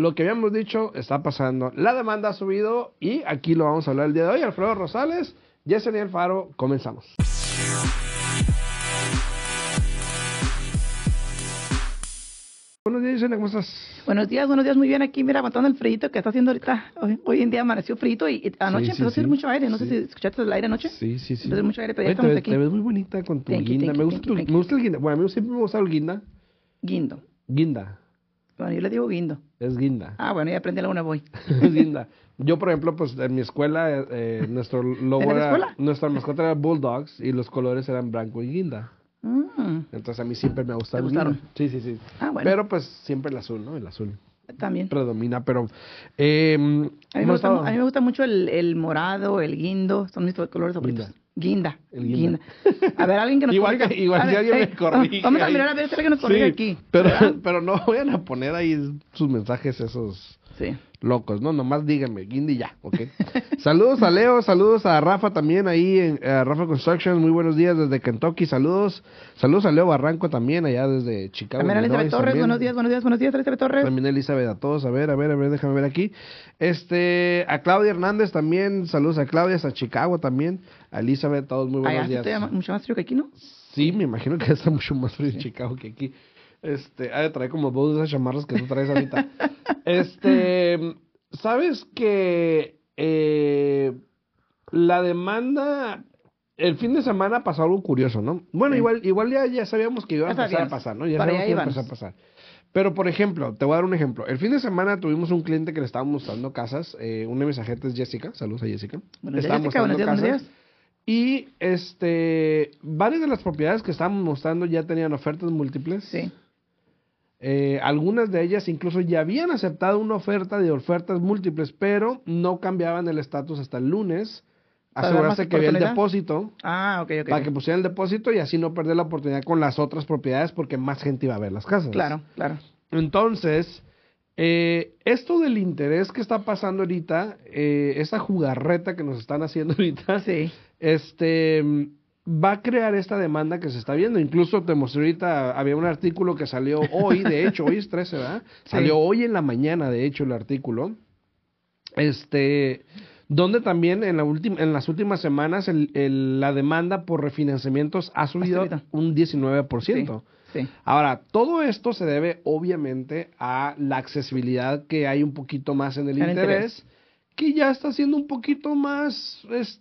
lo que habíamos dicho está pasando. La demanda ha subido y aquí lo vamos a hablar el día de hoy. Alfredo Rosales, Yesenia Alfaro, comenzamos. Buenos días, Yesenia, ¿cómo estás? Buenos días, muy bien aquí, mira, aguantando el frío que está haciendo ahorita. Hoy en día amaneció frío y anoche empezó a hacer mucho aire. No sé si escuchaste el aire anoche. Sí. Empezó a hacer mucho aire, pero ya estamos aquí. Te ves muy bonita con tu guinda. Me gusta el guinda. Bueno, a mí siempre me gusta el guinda. Guinda. Bueno, yo le digo guindo. Es guinda. Ah, bueno, ya aprendí la una voy. Es guinda. Yo, por ejemplo, pues en mi escuela, nuestro logo era, nuestra mascota era Bulldogs y los colores eran blanco y guinda. Entonces a mí siempre me ha gustado el guinda. Sí. Ah, bueno. Pero pues siempre el azul, ¿no? El azul también predomina, pero... a mí me gusta mucho el morado, el guindo, son mis colores favoritos. Guinda. A ver, alguien que nos corrija. Igual si alguien me corrige. Vamos a mirar a ver si alguien nos corrige aquí. Pero no vayan a poner ahí sus mensajes esos locos, ¿no? Nomás díganme, guinda y ya, ¿ok? Saludos a Leo, saludos a Rafa también ahí en Rafa Construction. Muy buenos días desde Kentucky, saludos a Leo Barranco también allá desde Chicago. También Elizabeth Torres, buenos días, Elizabeth Torres. También Elizabeth a todos, a ver, déjame ver aquí. A Claudia Hernández también, saludos a Claudia, a Chicago también, a Elizabeth, todos muy buenos días. Está mucho más frío que aquí, ¿no? Sí, me imagino que está mucho más frío en Chicago que aquí. Ha de traer como dos de esas chamarras que tú traes ahorita. ¿Sabes que la demanda, el fin de semana pasó algo curioso, ¿no? Bueno, igual ya sabíamos que iba a empezar a pasar, ¿no? Ya sabíamos que iba a empezar a pasar. Pero, por ejemplo, te voy a dar un ejemplo. El fin de semana tuvimos un cliente que le estábamos mostrando casas. Una de mis agentes, Jessica. Saludos a Jessica. Buenos días. Y varias de las propiedades que estábamos mostrando ya tenían ofertas múltiples. Sí. Algunas de ellas incluso ya habían aceptado una oferta de ofertas múltiples, pero no cambiaban el estatus hasta el lunes. Asegurarse que había el depósito. Ok. Para que pusieran el depósito y así no perder la oportunidad con las otras propiedades porque más gente iba a ver las casas. Claro. Entonces, esto del interés que está pasando ahorita, esta jugarreta que nos están haciendo ahorita, va a crear esta demanda que se está viendo. Incluso te mostré ahorita, había un artículo que salió hoy, de hecho, hoy es 13, ¿verdad? Sí. Salió hoy en la mañana, de hecho, el artículo. Donde también en las últimas semanas la demanda por refinanciamientos ha subido un 19%. Sí. Ahora, todo esto se debe obviamente a la accesibilidad que hay un poquito más en el interés, que ya está siendo un poquito más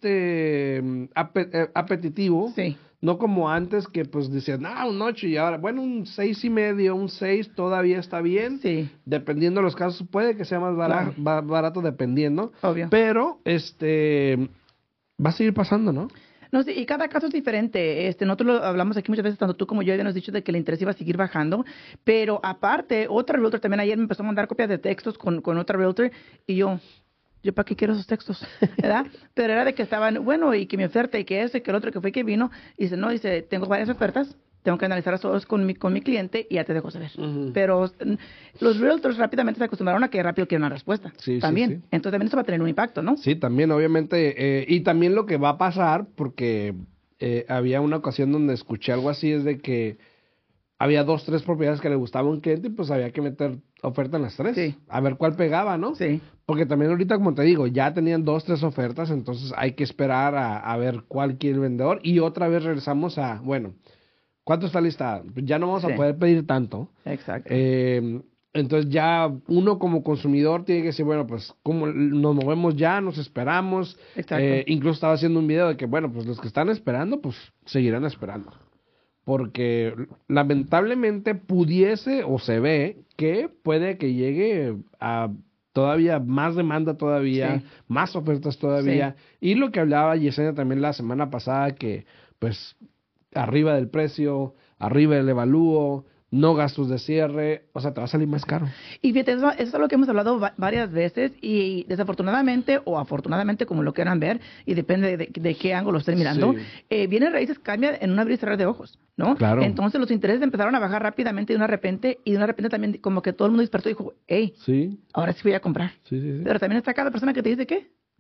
apetitivo. Sí. No como antes que pues decían, un 8 y ahora, bueno, un 6.5, un 6 todavía está bien. Sí. Dependiendo de los casos, puede que sea más barato dependiendo. Obvio. Pero va a seguir pasando, ¿no? No, sí, y cada caso es diferente. Nosotros lo hablamos aquí muchas veces, tanto tú como yo habíamos dicho de que el interés iba a seguir bajando. Pero aparte, otra realtor también ayer me empezó a mandar copias de textos con otra realtor y yo para qué quiero esos textos, ¿verdad? Pero era de que estaban, bueno, y que mi oferta, y que ese, que el otro, que fue que vino, y dice, tengo varias ofertas, tengo que analizar a todos con mi cliente y ya te dejo saber. Pero los realtors rápidamente se acostumbraron a que rápido quieren una respuesta. Sí, también. Sí. Entonces también eso va a tener un impacto, ¿no? Sí, también, obviamente. Y también lo que va a pasar, porque había una ocasión donde escuché algo así, es de que había 2, 3 propiedades que le gustaba a un cliente y pues había que meter oferta en las 3. Sí. A ver cuál pegaba, ¿no? Sí. Porque también ahorita, como te digo, ya tenían 2, 3 ofertas, entonces hay que esperar a ver cuál quiere el vendedor. Y otra vez regresamos a, bueno, ¿cuánto está lista? Ya no vamos a poder pedir tanto. Exacto. Entonces ya uno como consumidor tiene que decir, bueno, pues como nos movemos ya, nos esperamos. Exacto. Incluso estaba haciendo un video de que, bueno, pues los que están esperando, pues seguirán esperando. Porque lamentablemente pudiese o se ve que puede que llegue a todavía más demanda todavía, más ofertas todavía. Y lo que hablaba Yesenia también la semana pasada, que pues arriba del precio, arriba del evalúo, no gastos de cierre, o sea, te va a salir más caro. Y fíjate, eso es lo que hemos hablado varias veces y desafortunadamente o afortunadamente, como lo quieran ver, y depende de qué ángulo estén mirando, Bienes Raíces cambia en un abrir y cerrar de ojos, ¿no? Claro. Entonces los intereses empezaron a bajar rápidamente y de una repente también como que todo el mundo despertó y dijo, hey, ahora sí voy a comprar. Sí. Pero también está cada persona que te dice, ¿qué?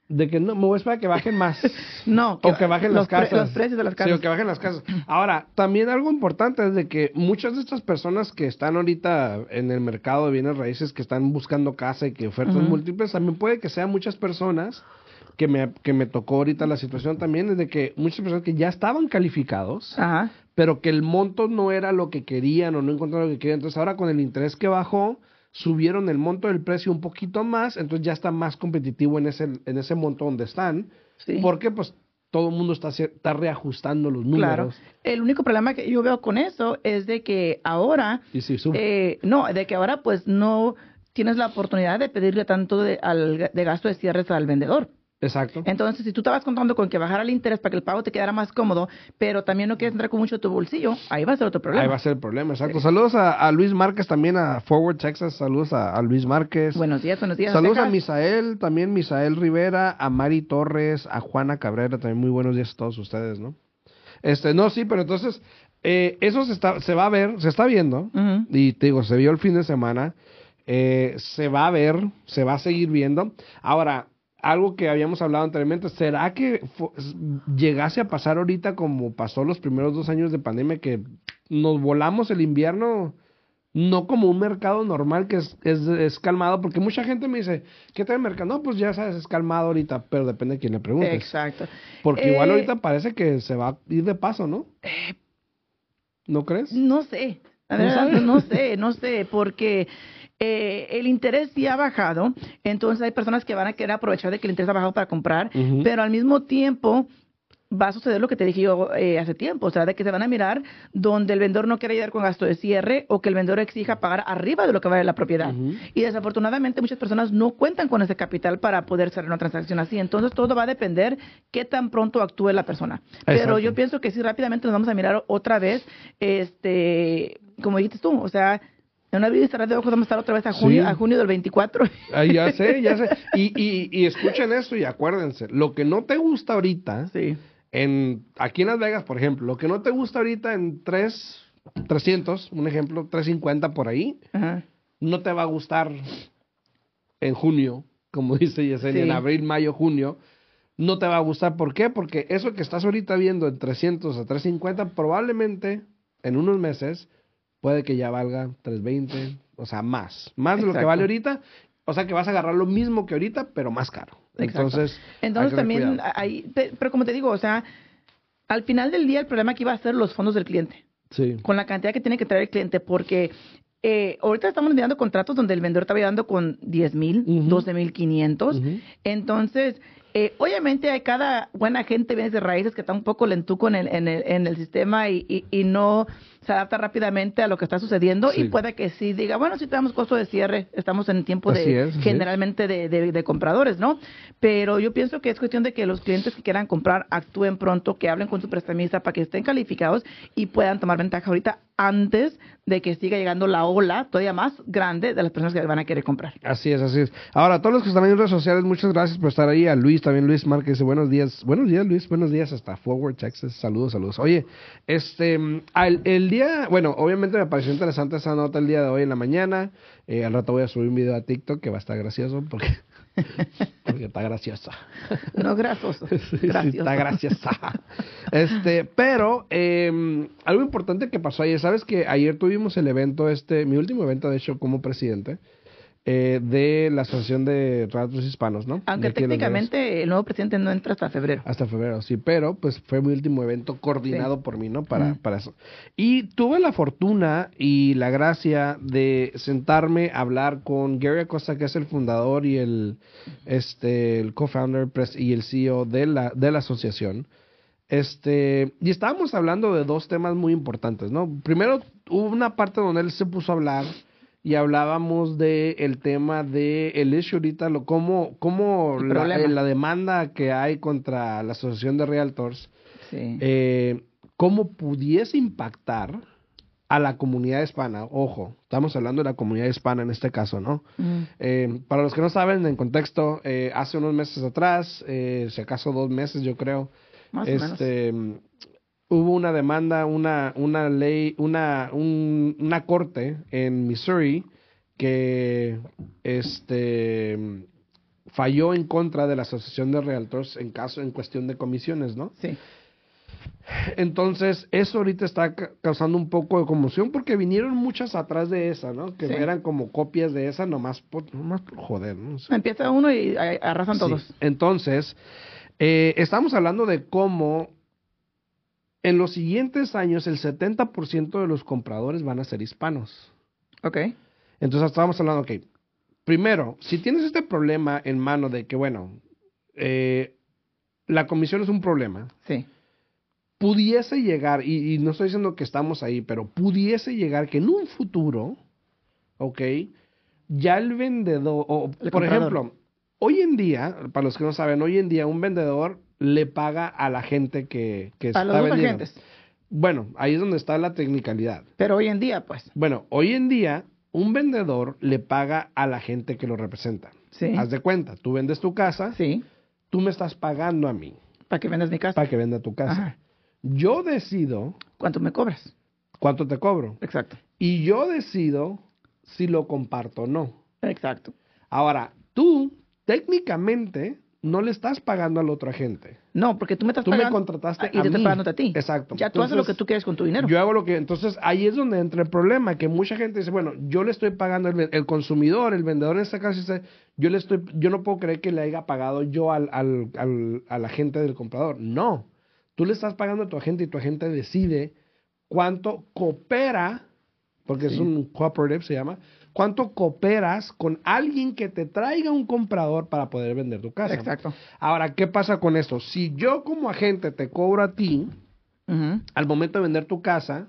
De que no, me voy a esperar a que bajen más. No, O que bajen las casas. Los precios de las casas. Sí, o que bajen las casas. Ahora, también algo importante es de que muchas de estas personas que están ahorita en el mercado de bienes raíces, que están buscando casa y que ofertas múltiples, también puede que sean muchas personas que me tocó ahorita la situación también, es de que muchas personas que ya estaban calificados, Ajá. pero que el monto no era lo que querían o no encontraron lo que querían. Entonces ahora con el interés que bajó, subieron el monto del precio un poquito más, entonces ya está más competitivo en ese monto donde están, Sí. porque pues todo el mundo está reajustando los Claro. números. El único problema que yo veo con eso es de que ahora, Y sí, sube. de que ahora pues no tienes la oportunidad de pedirle tanto de gasto de cierres al vendedor. Exacto. Entonces, si tú estabas contando con que bajara el interés para que el pago te quedara más cómodo, pero también no quieres entrar con mucho de tu bolsillo, ahí va a ser otro problema. Ahí va a ser el problema, exacto. Sí. Saludos a Luis Márquez también, a Forward Texas. Saludos a Luis Márquez. Buenos días. Saludos a Texas. Misael, también Misael Rivera, a Mari Torres, a Juana Cabrera, también muy buenos días a todos ustedes, ¿no? No, sí, pero entonces, eso se va a ver, se está viendo, Ujú. y te digo, se vio el fin de semana, se va a ver, se va a seguir viendo. Ahora, algo que habíamos hablado anteriormente, ¿será que llegase a pasar ahorita como pasó los primeros 2 años de pandemia, que nos volamos el invierno? No como un mercado normal que es calmado, porque mucha gente me dice, ¿qué tal el mercado? No, pues ya sabes, es calmado ahorita, pero depende de quién le preguntes. Exacto. Porque igual ahorita parece que se va a ir de paso, ¿no? ¿No crees? No sé. La ¿No verdad, sabes? no sé, porque el interés sí ha bajado, entonces hay personas que van a querer aprovechar de que el interés ha bajado para comprar, Ujú. pero al mismo tiempo va a suceder lo que te dije yo hace tiempo, o sea, de que se van a mirar donde el vendedor no quiere ayudar con gasto de cierre o que el vendedor exija pagar arriba de lo que vale la propiedad. Ujú. Y desafortunadamente muchas personas no cuentan con ese capital para poder cerrar una transacción así, entonces todo va a depender qué tan pronto actúe la persona. Pero Exacto. yo pienso que sí, rápidamente nos vamos a mirar otra vez, como dijiste tú, o sea, en una vida y cerrar de ojos vamos a estar otra vez Sí. a junio del 24. Ay, ya sé, ya sé. Y escuchen esto y acuérdense, lo que no te gusta ahorita, Sí. aquí en Las Vegas, por ejemplo, lo que no te gusta ahorita en 300, un ejemplo, 350 por ahí, Ajá. no te va a gustar en junio, como dice Yesenia, Sí. en abril, mayo, junio, no te va a gustar. ¿Por qué? Porque eso que estás ahorita viendo en 300 a 350, probablemente en unos meses puede que ya valga 320, o sea, más de lo que Exacto. vale ahorita, o sea que vas a agarrar lo mismo que ahorita, pero más caro. Exacto. Entonces hay que tener También cuidado. pero como te digo, o sea, al final del día el problema aquí va a ser los fondos del cliente, Sí. con la cantidad que tiene que traer el cliente, porque ahorita estamos mirando contratos donde el vendedor está dando con 10,000, Ujú. 12,500. Ujú. Entonces, obviamente hay cada buena gente bienes de raíces que está un poco lentuco en el sistema y no se adapta rápidamente a lo que está sucediendo Sí. y puede que sí diga, bueno, si tenemos costo de cierre, estamos en tiempo Así es, así es. generalmente de compradores, ¿no? Pero yo pienso que es cuestión de que los clientes que quieran comprar actúen pronto, que hablen con su prestamista para que estén calificados y puedan tomar ventaja ahorita antes de que siga llegando la ola todavía más grande de las personas que van a querer comprar. Así es, así es. Ahora, a todos los que están en redes sociales, muchas gracias por estar ahí. A Luis, también Luis Márquez, dice buenos días Luis, buenos días hasta Forward, Texas. Saludos. Oye, el día, bueno, obviamente me pareció interesante esa nota el día de hoy en la mañana. Al rato voy a subir un video a TikTok que va a estar gracioso porque está graciosa. No grasoso, Sí, gracioso. está graciosa. Pero algo importante que pasó ayer, ¿sabes que ayer tuvimos el evento, mi último evento de hecho como presidente de la Asociación de Realtors Hispanos, ¿no? Aunque De aquí de Las Vegas. técnicamente el nuevo presidente no entra hasta febrero. Hasta febrero, sí, pero pues fue mi último evento coordinado Sí. por mí, ¿no? Para eso. Y tuve la fortuna y la gracia de sentarme a hablar con Gary Acosta, que es el fundador y el co-founder y el CEO de la asociación. Y estábamos hablando de dos temas muy importantes, ¿no? Primero, hubo una parte donde él se puso a hablar y hablábamos de el tema de el issue ahorita, cómo El problema. la demanda que hay contra la Asociación de Realtors, Sí. cómo pudiese impactar a la comunidad hispana. Ojo, estamos hablando de la comunidad hispana en este caso, ¿no? Para los que no saben, en contexto, hace unos meses atrás, si acaso 2 meses yo creo, Más o menos. hubo una demanda, una ley, una corte en Missouri que falló en contra de la Asociación de Realtors en cuestión de comisiones, ¿no? Sí. Entonces, eso ahorita está causando un poco de conmoción porque vinieron muchas atrás de esa, ¿no? Que Sí. eran como copias de esa nomás por joder, ¿no? O sea, Empieza uno y arrasan sí. todos. Entonces, estamos hablando de cómo en los siguientes años el 70% de los compradores van a ser hispanos. Ok. Entonces, estábamos hablando, ok, primero, si tienes este problema en mano de que, bueno, la comisión es un problema, Sí. pudiese llegar, y no estoy diciendo que estamos ahí, pero pudiese llegar que en un futuro, ok, ya el vendedor, o El por comprador. ejemplo, hoy en día, para los que no saben, hoy en día un vendedor le paga a la gente que A está los dos vendiendo. agentes. Bueno, ahí es donde está la tecnicalidad. Pero hoy en día, pues. Bueno, hoy en día un vendedor le paga a la gente que lo representa. Sí. Haz de cuenta, tú vendes tu casa, Sí. tú me estás pagando a mí Para que vendas mi casa. para que venda tu casa. Ajá. Yo decido ¿Cuánto me cobras? cuánto te cobro Exacto. y yo decido si lo comparto o no. Exacto. Ahora, tú técnicamente no le estás pagando al otro agente. No, porque tú me estás Tú me pagando. contrataste y a te estoy mí. pagando a ti. Exacto. Ya tú haces lo Entonces, que tú quieres con tu dinero. Yo hago lo que... Entonces, ahí es donde entra el problema, que mucha gente dice, bueno, yo le estoy pagando, el consumidor, el vendedor en este caso dice, yo no puedo creer que le haya pagado yo al agente del comprador. No, tú le estás pagando a tu agente y tu agente decide cuánto coopera, porque Sí. es un cooperative, se llama, cuánto cooperas con alguien que te traiga un comprador para poder vender tu casa. Exacto. Ahora, ¿qué pasa con esto? Si yo como agente te cobro a ti, Ujú. al momento de vender tu casa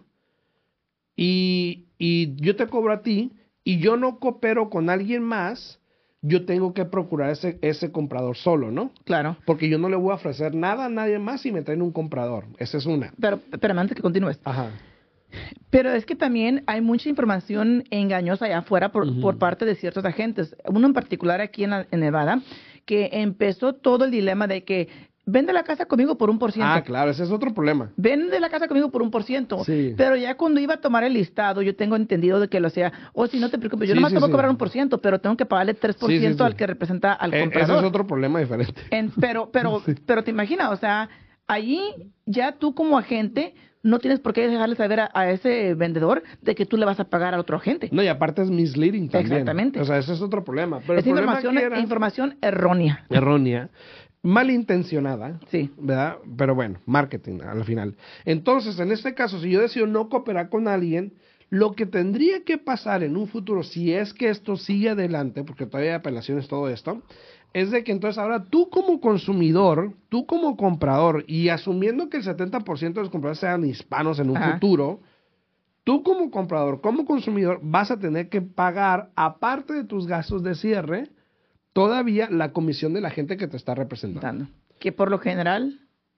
y yo te cobro a ti y yo no coopero con alguien más, yo tengo que procurar ese comprador solo, ¿no? Claro. Porque yo no le voy a ofrecer nada a nadie más si me traen un comprador. Esa es una. Pero antes que continúes. Ajá. Pero es que también hay mucha información engañosa allá afuera por parte de ciertos agentes. Uno en particular aquí en Nevada, que empezó todo el dilema de que vende la casa conmigo por 1%. Ah, claro, ese es otro problema. Vende la casa conmigo por 1%. Sí. Pero ya cuando iba a tomar el listado, yo tengo entendido de que lo hacía, si no te preocupes, yo Sí, nomás sí, te voy a sí. cobrar 1%, pero tengo que pagarle 3% Sí, sí, sí. al que representa al Ese comprador. es otro problema diferente. Pero te imaginas, o sea, allí ya tú como agente no tienes por qué dejarle saber a ese vendedor de que tú le vas a pagar al otro agente. No, y aparte es misleading también. Exactamente. O sea, ese es otro problema. Pero Es el problema aquí era información errónea. errónea, malintencionada, Sí. ¿verdad? Pero bueno, marketing al final. Entonces, en este caso, si yo decido no cooperar con alguien, lo que tendría que pasar en un futuro, si es que esto sigue adelante, porque todavía hay apelaciones, todo esto, es de que entonces ahora tú como consumidor, tú como comprador, y asumiendo que el 70% de los compradores sean hispanos en un Ajá. futuro, tú como comprador, como consumidor, vas a tener que pagar, aparte de tus gastos de cierre, todavía la comisión de la gente que te está representando. Que por lo general,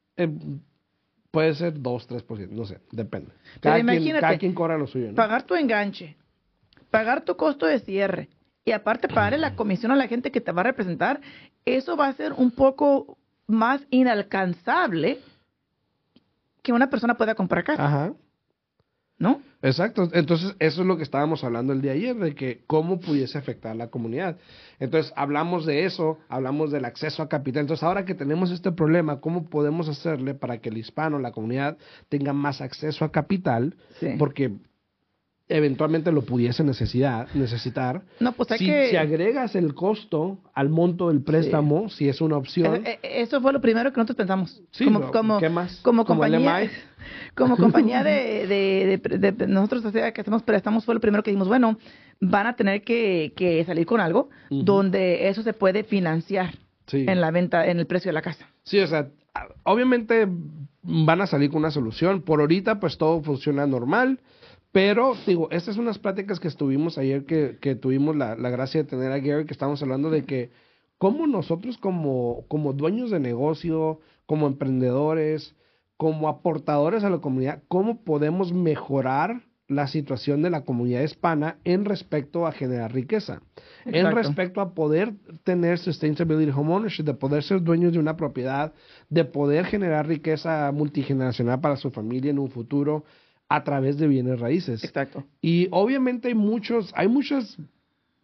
Puede ser 2, 3%, no sé, depende. Pero imagínate, Cada quien cobra lo suyo, ¿no? pagar tu enganche, pagar tu costo de cierre y aparte pagarle la comisión a la gente que te va a representar, eso va a ser un poco más inalcanzable que una persona pueda comprar casa, Ajá. ¿no? Exacto, entonces eso es lo que estábamos hablando el día de ayer, de que cómo pudiese afectar a la comunidad. Entonces hablamos de eso, hablamos del acceso a capital. Entonces ahora que tenemos este problema, ¿cómo podemos hacerle para que el hispano, la comunidad, tenga más acceso a capital? Sí. Porque eventualmente lo pudiese necesitar. No, pues hay si, que... si agregas el costo al monto del préstamo, si es una opción. Eso fue lo primero que nosotros pensamos. Sí, ¿qué más? Como ¿Como el compañía, MI? como compañía de nosotros, o sea, que hacemos préstamos, fue lo primero que dijimos, bueno, van a tener que salir con algo donde eso se puede financiar Sí. en la venta, en el precio de la casa. Sí, o sea, obviamente van a salir con una solución. Por ahorita, pues todo funciona normal. Pero, digo, estas son unas pláticas que estuvimos ayer, que tuvimos la gracia de tener a Gary, que estábamos hablando de que cómo nosotros como dueños de negocio, como emprendedores, como aportadores a la comunidad, cómo podemos mejorar la situación de la comunidad hispana en respecto a generar riqueza, en Exacto. respecto a poder tener sustainability homeownership, de poder ser dueños de una propiedad, de poder generar riqueza multigeneracional para su familia en un futuro a través de bienes raíces. Exacto. Y obviamente hay muchas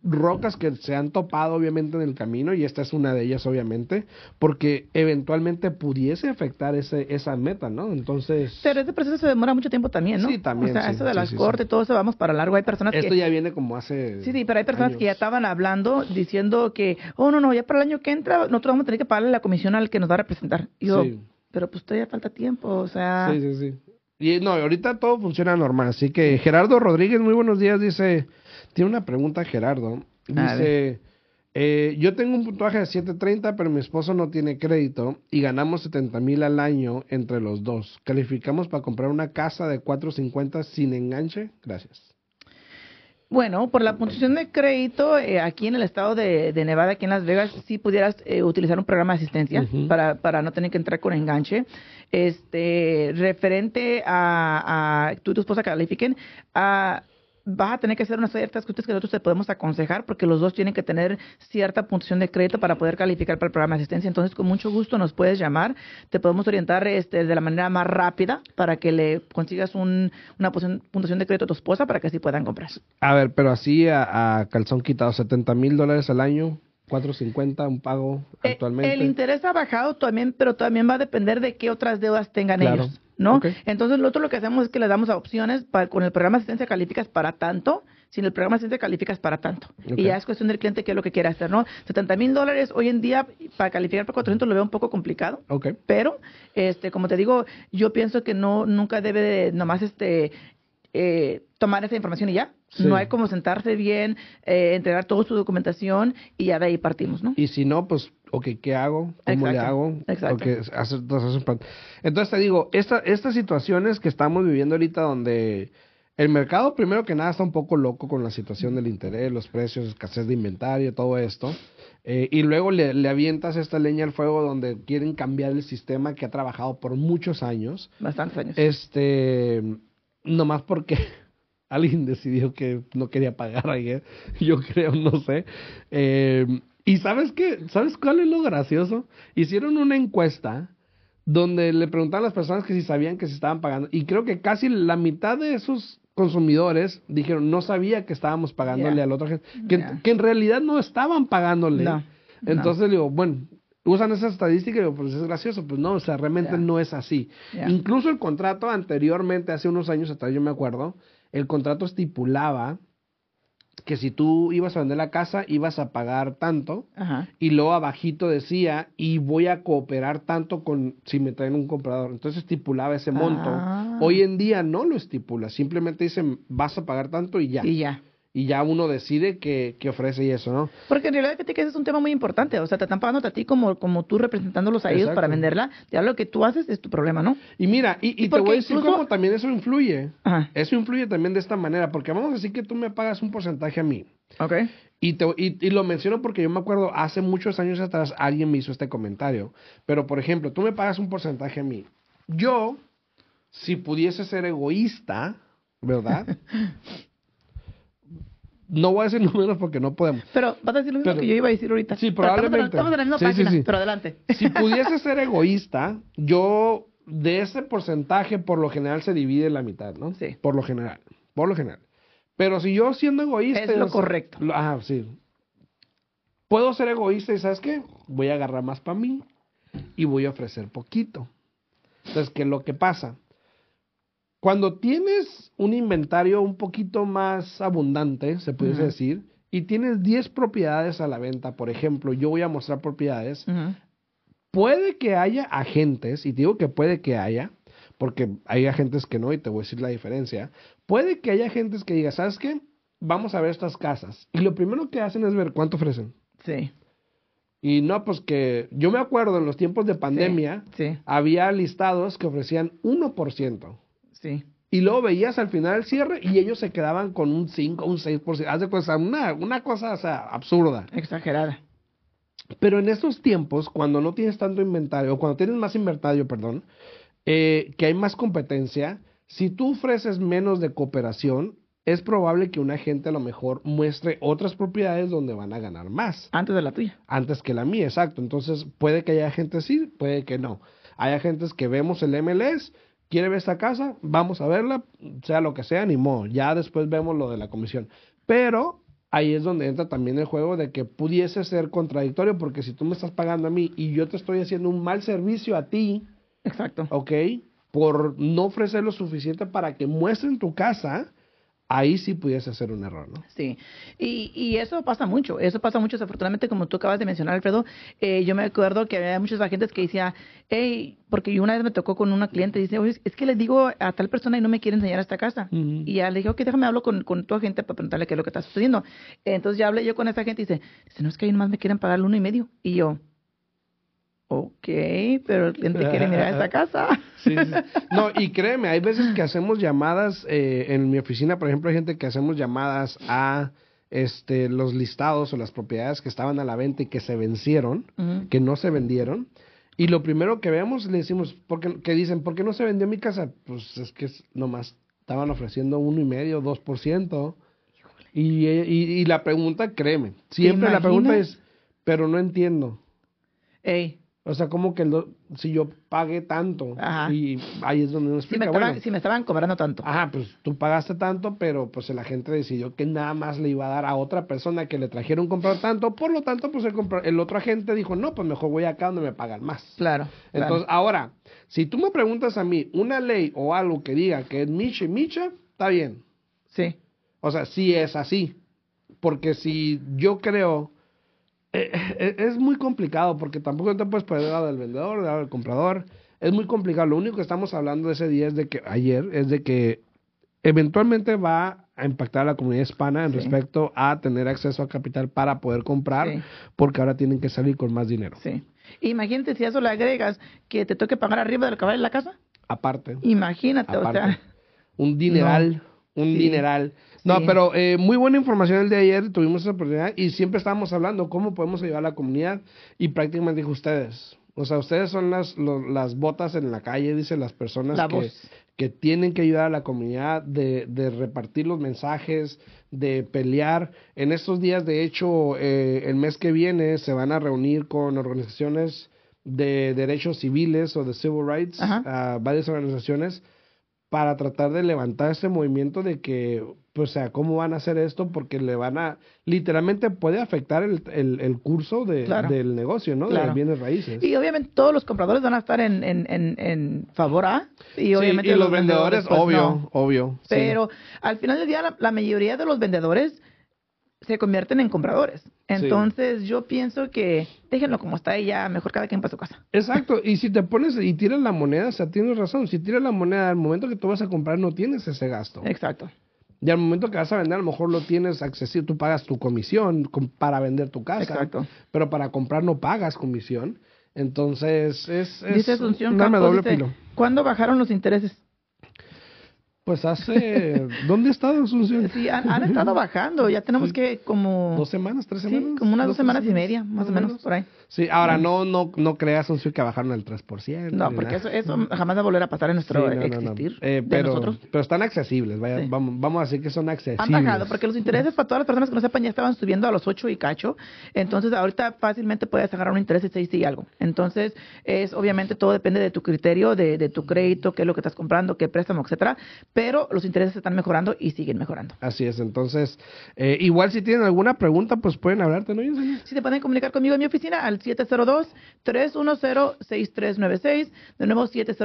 rocas que se han topado obviamente en el camino, y esta es una de ellas obviamente, porque eventualmente pudiese afectar esa meta, ¿no? Entonces... Pero ese proceso se demora mucho tiempo también, ¿no? Sí, también, O sea, sí, eso de sí, las sí, cortes, todo eso vamos para largo. Hay personas Esto que... ya viene como hace Sí, pero hay personas años. que ya estaban hablando, diciendo que, oh, no, ya para el año que entra nosotros vamos a tener que pagarle la comisión al que nos va a representar. Y yo, Sí. pero pues todavía falta tiempo, o sea... Sí. Y no, ahorita todo funciona normal, así que Gerardo Rodríguez, muy buenos días, dice, tiene una pregunta Gerardo, dice, yo tengo un puntaje de 730, pero mi esposo no tiene crédito y ganamos 70,000 al año entre los dos. ¿Calificamos para comprar una casa de 450 sin enganche? Gracias. Bueno, por la puntuación de crédito, aquí en el estado de Nevada, aquí en Las Vegas, sí pudieras utilizar un programa de asistencia Ujú. para no tener que entrar con enganche. Referente a tú y tu esposa califiquen, vas a tener que hacer unas ciertas cosas que nosotros te podemos aconsejar, porque los dos tienen que tener cierta puntuación de crédito para poder calificar para el programa de asistencia. Entonces, con mucho gusto nos puedes llamar, te podemos orientar de la manera más rápida para que le consigas una puntuación de crédito a tu esposa para que así puedan comprar. A ver, pero así a calzón quitado, $70,000 al año, 450 un pago actualmente. El interés ha bajado también, pero también va a depender de qué otras deudas tengan Claro. ellos, ¿no? Ok. Entonces, lo que hacemos es que le damos opciones con el programa de asistencia calificas para tanto, sin el programa de asistencia calificas para tanto. Ok. Y ya es cuestión del cliente qué es lo que quiere hacer, ¿no? $70,000 hoy en día para calificar para 400 lo veo un poco complicado. Ok. Pero, como te digo, yo pienso que nunca debe de nomás tomar esa información y ya. Sí. No hay como sentarse bien, entregar toda su documentación y ya de ahí partimos, ¿no? Y si no, pues, ok, ¿qué hago? ¿Cómo le Exacto, hago? exacto. Okay, entonces te digo, estas situaciones que estamos viviendo ahorita donde el mercado, primero que nada, está un poco loco con la situación del interés, los precios, escasez de inventario, todo esto. Y luego le avientas esta leña al fuego donde quieren cambiar el sistema que ha trabajado por muchos años. Bastantes años. Nomás porque alguien decidió que no quería pagar ayer, yo creo, no sé. Y ¿sabes qué? ¿Sabes cuál es lo gracioso? Hicieron una encuesta donde le preguntaban a las personas que si sabían que se estaban pagando, y creo que casi la mitad de esos consumidores dijeron no sabía que estábamos pagándole Yeah. a la otra gente, Yeah. que en realidad no estaban pagándole. No. Entonces digo, bueno, usan esa estadística y digo, pues es gracioso, pues no, o sea, realmente Yeah. no es así. Yeah. Incluso el contrato anteriormente, hace unos años atrás, yo me acuerdo, el contrato estipulaba que si tú ibas a vender la casa, ibas a pagar tanto, Ajá. y luego abajito decía, y voy a cooperar tanto con si me traen un comprador. Entonces estipulaba ese monto. Ah. Hoy en día no lo estipula, simplemente dicen, vas a pagar tanto y ya. Y ya. Y ya uno decide qué ofrece y eso, ¿no? Porque en realidad fíjate que ese es un tema muy importante. O sea, te están pagando a ti como tú representándolos a ellos Exacto. para venderla. Ya lo que tú haces es tu problema, ¿no? Y mira, y te porque voy a decir incluso- cómo también eso influye. Ajá. Eso influye también de esta manera, porque vamos a decir que tú me pagas un porcentaje a mí. Ok. Y lo menciono porque yo me acuerdo, hace muchos años atrás alguien me hizo este comentario. Pero, por ejemplo, tú me pagas un porcentaje a mí. Yo, si pudiese ser egoísta, ¿verdad? No voy a decir números porque no podemos. Pero vas a decir lo mismo Pero- que yo iba a decir ahorita. Sí, Pero probablemente. Estamos en la misma Sí, página, sí. pero adelante. Si pudiese ser egoísta, yo de ese porcentaje por lo general se divide la mitad, ¿no? Sí. Por lo general. Pero si yo siendo egoísta... Es lo correcto. Sí. Puedo ser egoísta y ¿sabes qué? Voy a agarrar más para mí y voy a ofrecer poquito. Entonces, ¿qué es lo que pasa? Cuando tienes un inventario un poquito más abundante, se pudiese Ujú. decir, y tienes 10 propiedades a la venta, por ejemplo, yo voy a mostrar propiedades, Ujú. puede que haya agentes, y te digo que puede que haya, porque hay agentes que no, y te voy a decir la diferencia, puede que haya agentes que digan, ¿sabes qué? Vamos a ver estas casas. Y lo primero que hacen es ver cuánto ofrecen. Sí. Y no, pues que yo me acuerdo en los tiempos de pandemia, Sí. había listados que ofrecían 1%. Sí. Y luego veías al final el cierre y ellos se quedaban con un 5, un 6%. Haz de cuenta, una cosa, o sea, absurda. Exagerada. Pero en estos tiempos, cuando no tienes tanto inventario, o cuando tienes más inventario, perdón, que hay más competencia, si tú ofreces menos de cooperación, es probable que un agente a lo mejor muestre otras propiedades donde van a ganar más. Antes de la tuya. Antes que la mía, exacto. Entonces, puede que haya agentes sí, puede que no. Hay agentes que vemos el MLS, quiere ver esta casa, vamos a verla, sea lo que sea, ni modo. Ya después vemos lo de la comisión. Pero ahí es donde entra también el juego de que pudiese ser contradictorio, porque si tú me estás pagando a mí y yo te estoy haciendo un mal servicio a ti, Exacto. ¿ok? Por no ofrecer lo suficiente para que muestren tu casa, ahí sí pudiese ser un error, ¿no? Sí, y eso pasa mucho, desafortunadamente, como tú acabas de mencionar, Alfredo. Yo me acuerdo que había muchos agentes que decían, hey, porque yo una vez me tocó con una cliente, dice, oye, es que le digo a tal persona y no me quiere enseñar esta casa. Y ya le dije, ok, déjame hablo con tu agente para preguntarle qué es lo que está sucediendo. Entonces ya hablé yo con esa gente y dice, no, es que ahí nomás me quieren pagar el 1.5. Y yo, ok, pero el cliente quiere mirar esta casa. Sí, sí. No, y créeme, hay veces que hacemos llamadas, en mi oficina, por ejemplo, hay gente que hacemos llamadas a los listados o las propiedades que estaban a la venta y que se vencieron, que no se vendieron. Y lo primero que vemos, le decimos, que dicen, ¿por qué no se vendió mi casa? Pues es que nomás estaban ofreciendo 1.5%, 2%. Y la pregunta, créeme, siempre la pregunta es, pero no entiendo. Ey. O sea, como que si yo pagué tanto, Ajá. y ahí es donde uno explica, si me estaban cobrando tanto. Ajá, pues tú pagaste tanto, pero pues la gente decidió que nada más le iba a dar a otra persona que le trajera un comprador tanto, por lo tanto, pues el otro agente dijo, no, pues mejor voy acá donde me pagan más. Claro. Entonces, ahora, si tú me preguntas a mí una ley o algo que diga que es micha y micha, está bien. Sí. O sea, sí es así. Porque si yo creo... es muy complicado porque tampoco te puedes poner del lado del vendedor, del lado del comprador. Es muy complicado. Lo único que estamos hablando de ese día es de que eventualmente va a impactar a la comunidad hispana en respecto a tener acceso a capital para poder comprar, porque ahora tienen que salir con más dinero. Sí. Imagínate si a eso le agregas que te toque pagar arriba del caballo de la casa. Aparte. Imagínate, aparte. o sea. Un dineral. No. Un dineral. No, pero muy buena información el de ayer, tuvimos esa oportunidad y siempre estábamos hablando cómo podemos ayudar a la comunidad y prácticamente dijo ustedes. O sea, ustedes son las botas en la calle, dice las personas que tienen que ayudar a la comunidad de repartir los mensajes, de pelear. En estos días, de hecho, el mes que viene se van a reunir con organizaciones de derechos civiles o de civil rights, varias organizaciones, para tratar de levantar ese movimiento de que, pues, o sea, ¿cómo van a hacer esto? Porque le van a, literalmente puede afectar el curso del negocio, ¿no? De bienes raíces. Y obviamente todos los compradores van a estar en favor a, y obviamente y los vendedores pues, obvio. Pero al final del día la mayoría de los vendedores se convierten en compradores. Entonces yo pienso que déjenlo como está y ya mejor cada quien para su casa. Exacto, y si te pones y tiras la moneda, o sea, tienes razón, si tiras la moneda al momento que tú vas a comprar no tienes ese gasto. Exacto. Y al momento que vas a vender a lo mejor lo tienes accesible, tú pagas tu comisión para vender tu casa. Exacto. Pero para comprar no pagas comisión. Entonces dice Asunción un arma de doble dice, filo. ¿cuándo bajaron los intereses? Pues ¿dónde ha estado Asunción? Sí, han estado bajando, ya tenemos que como... 2 semanas, 3 semanas. Sí, como unas 2 semanas y media, más o menos, por ahí. Sí, ahora no creas, Asunción, que bajaron al 3%. No, porque eso jamás va a volver a pasar en nuestro existir de nosotros. Pero están accesibles, vaya, vamos a decir que son accesibles. Han bajado, porque los intereses para todas las personas que no sepan ya estaban subiendo a los 8 y cacho, entonces ahorita fácilmente puedes agarrar un interés de 6 y algo. Entonces, obviamente todo depende de tu criterio, de tu crédito, qué es lo que estás comprando, qué préstamo, etcétera, pero los intereses están mejorando y siguen mejorando. Así es, entonces, igual si tienen alguna pregunta, pues pueden hablarte, ¿no? Sí, se pueden comunicar conmigo en mi oficina al 702-310-6396, de nuevo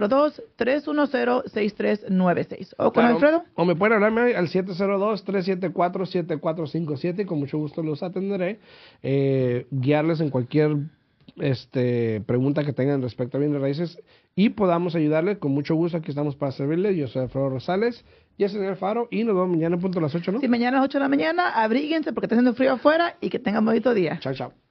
702-310-6396. ¿O con Alfredo? O me pueden hablarme al 702-374-7457 y con mucho gusto los atenderé, guiarles en cualquier pregunta que tengan respecto a bienes raíces y podamos ayudarle con mucho gusto. Aquí estamos para servirle. Yo soy Alfredo Rosales y el señor Faro y nos vemos mañana a punto a las 8, ¿no? Sí, mañana a las 8 de la mañana. Abríguense porque está haciendo frío afuera y que tengan bonito día. Chao, chao.